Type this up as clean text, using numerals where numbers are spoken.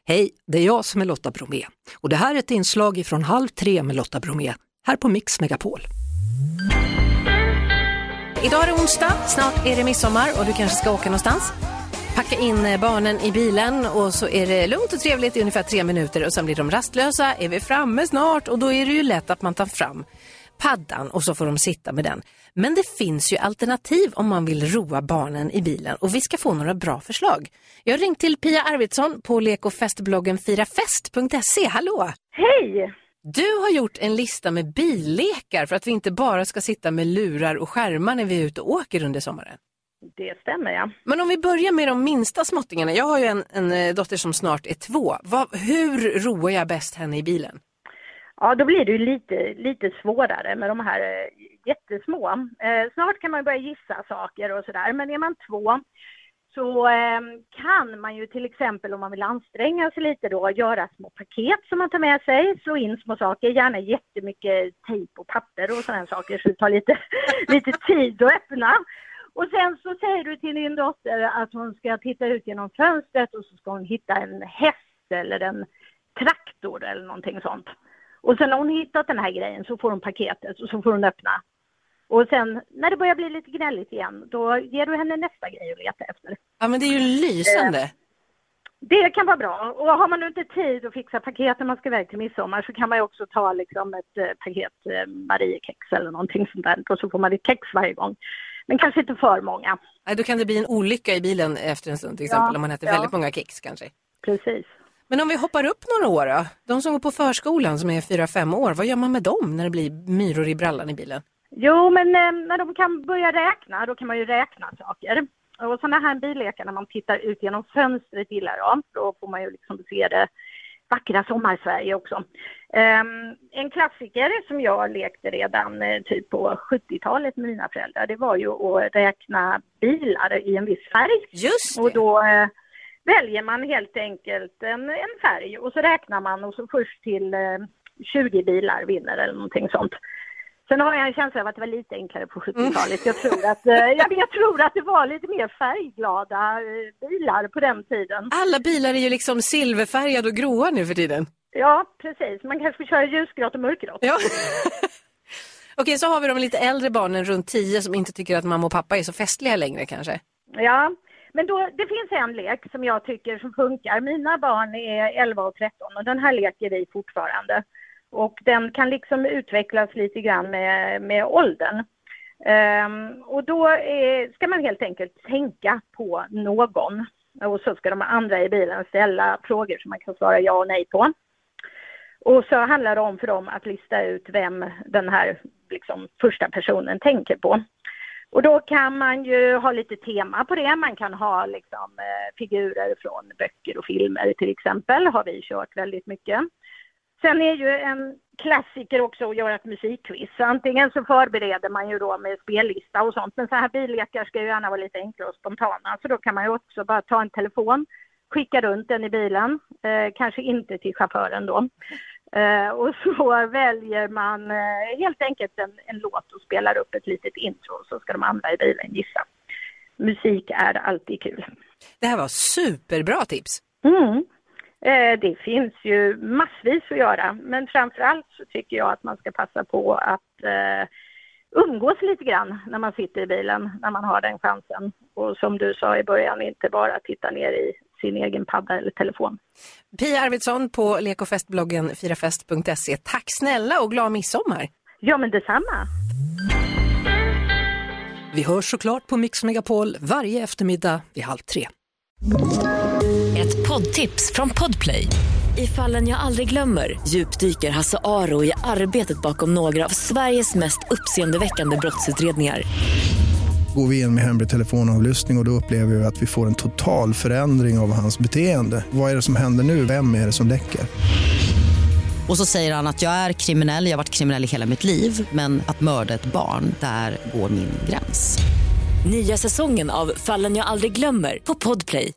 Hej, det är jag som är Lotta Bromé och det här är ett inslag från 2:30 med Lotta Bromé här på Mix Megapol. Idag är det onsdag, snart är det midsommar och du kanske ska åka någonstans. Packa in barnen i bilen och så är det lugnt och trevligt i ungefär 3 minuter och sen blir de rastlösa. Är vi framme snart och då är det ju lätt att man tar fram paddan och så får de sitta med den. Men det finns ju alternativ om man vill roa barnen i bilen och vi ska få några bra förslag. Jag har ringt till Pia Arvidsson på lek- och festbloggen firafest.se. Hallå! Hej! Du har gjort en lista med billekar för att vi inte bara ska sitta med lurar och skärmar när vi är ute och åker under sommaren. Det stämmer, ja. Men om vi börjar med de minsta småttingarna. Jag har ju en dotter som snart är 2. Hur roar jag bäst henne i bilen? Ja, då blir det ju lite svårare med de här jättesmå. Snart kan man ju börja gissa saker och sådär. Men är man 2 så kan man ju till exempel om man vill anstränga sig lite då göra små paket som man tar med sig. Slå in små saker, gärna jättemycket tejp och papper och sådana saker så det tar lite tid att öppna. Och sen så säger du till din dotter att hon ska titta ut genom fönstret och så ska hon hitta en häst eller en traktor eller någonting sånt. Och sen när hon hittat den här grejen så får hon paketet och så får hon öppna. Och sen när det börjar bli lite gnälligt igen då ger du henne nästa grej att leta efter. Ja men det är ju lysande. Det kan vara bra. Och har man nu inte tid att fixa paket när man ska iväg till midsommar så kan man ju också ta liksom ett paket Mariekex eller någonting sånt där. Och så får man ett kex varje gång. Men kanske inte för många. Nej, då kan det bli en olycka i bilen efter en stund till exempel om man äter väldigt många kex kanske. Precis. Men om vi hoppar upp några år då? De som går på förskolan som är 4-5 år, vad gör man med dem när det blir myror i brallan i bilen? Jo, men när de kan börja räkna, då kan man ju räkna saker. Och sådana här billekar när man tittar ut genom fönstret gillar jag. Då får man ju liksom se det vackra sommarsverige också. En klassiker som jag lekte redan typ på 70-talet med mina föräldrar, det var ju att räkna bilar i en viss färg. Just det. Och då väljer man helt enkelt en färg och så räknar man och så först till 20 bilar vinner eller någonting sånt. Sen har jag en känsla av att det var lite enklare på 70-talet. Jag tror att det var lite mer färgglada bilar på den tiden. Alla bilar är ju liksom silverfärgade och gråa nu för tiden. Ja, precis. Man kanske får köra ljusgrått och mörkgrått. Ja. Okej, så har vi de lite äldre barnen runt 10 som inte tycker att mamma och pappa är så festliga längre kanske. Ja, men då, det finns en lek som jag tycker som funkar. Mina barn är 11 och 13 och den här leker vi fortfarande. Och den kan liksom utvecklas lite grann med åldern. Och då ska man helt enkelt tänka på någon. Och så ska de andra i bilen ställa frågor som man kan svara ja och nej på. Och så handlar det om för dem att lista ut vem den här liksom, första personen tänker på. Och då kan man ju ha lite tema på det. Man kan ha liksom, figurer från böcker och filmer till exempel. Har vi kört väldigt mycket. Sen är ju en klassiker också att göra ett musikquiz. Antingen så förbereder man ju då med spellista och sånt. Men så här billekar ska ju gärna vara lite enklare och spontana. Så då kan man ju också bara ta en telefon, skicka runt den i bilen. Kanske inte till chauffören då. Och så väljer man helt enkelt en låt och spelar upp ett litet intro. Så ska de andra i bilen gissa. Musik är alltid kul. Det här var superbra tips. Mm. Det finns ju massvis att göra, men framförallt så tycker jag att man ska passa på att umgås lite grann när man sitter i bilen, när man har den chansen. Och som du sa i början, inte bara titta ner i sin egen padda eller telefon. Pia Arvidsson på lek- och festbloggen firafest.se. Tack snälla och glad midsommar! Ja, men detsamma! Vi hörs såklart på Mix Megapol varje eftermiddag vid 2:30. Ett poddtips från Podplay. I Fallen jag aldrig glömmer djupdyker Hasse Aro i arbetet bakom några av Sveriges mest uppseendeväckande brottsutredningar. Går vi in med hemlig telefonavlyssning och då upplever vi att vi får en total förändring av hans beteende. Vad är det som händer nu? Vem är det som läcker? Och så säger han att jag är kriminell, jag har varit kriminell i hela mitt liv. Men att mörda ett barn, där går min gräns. Nya säsongen av Fallen jag aldrig glömmer på Podplay.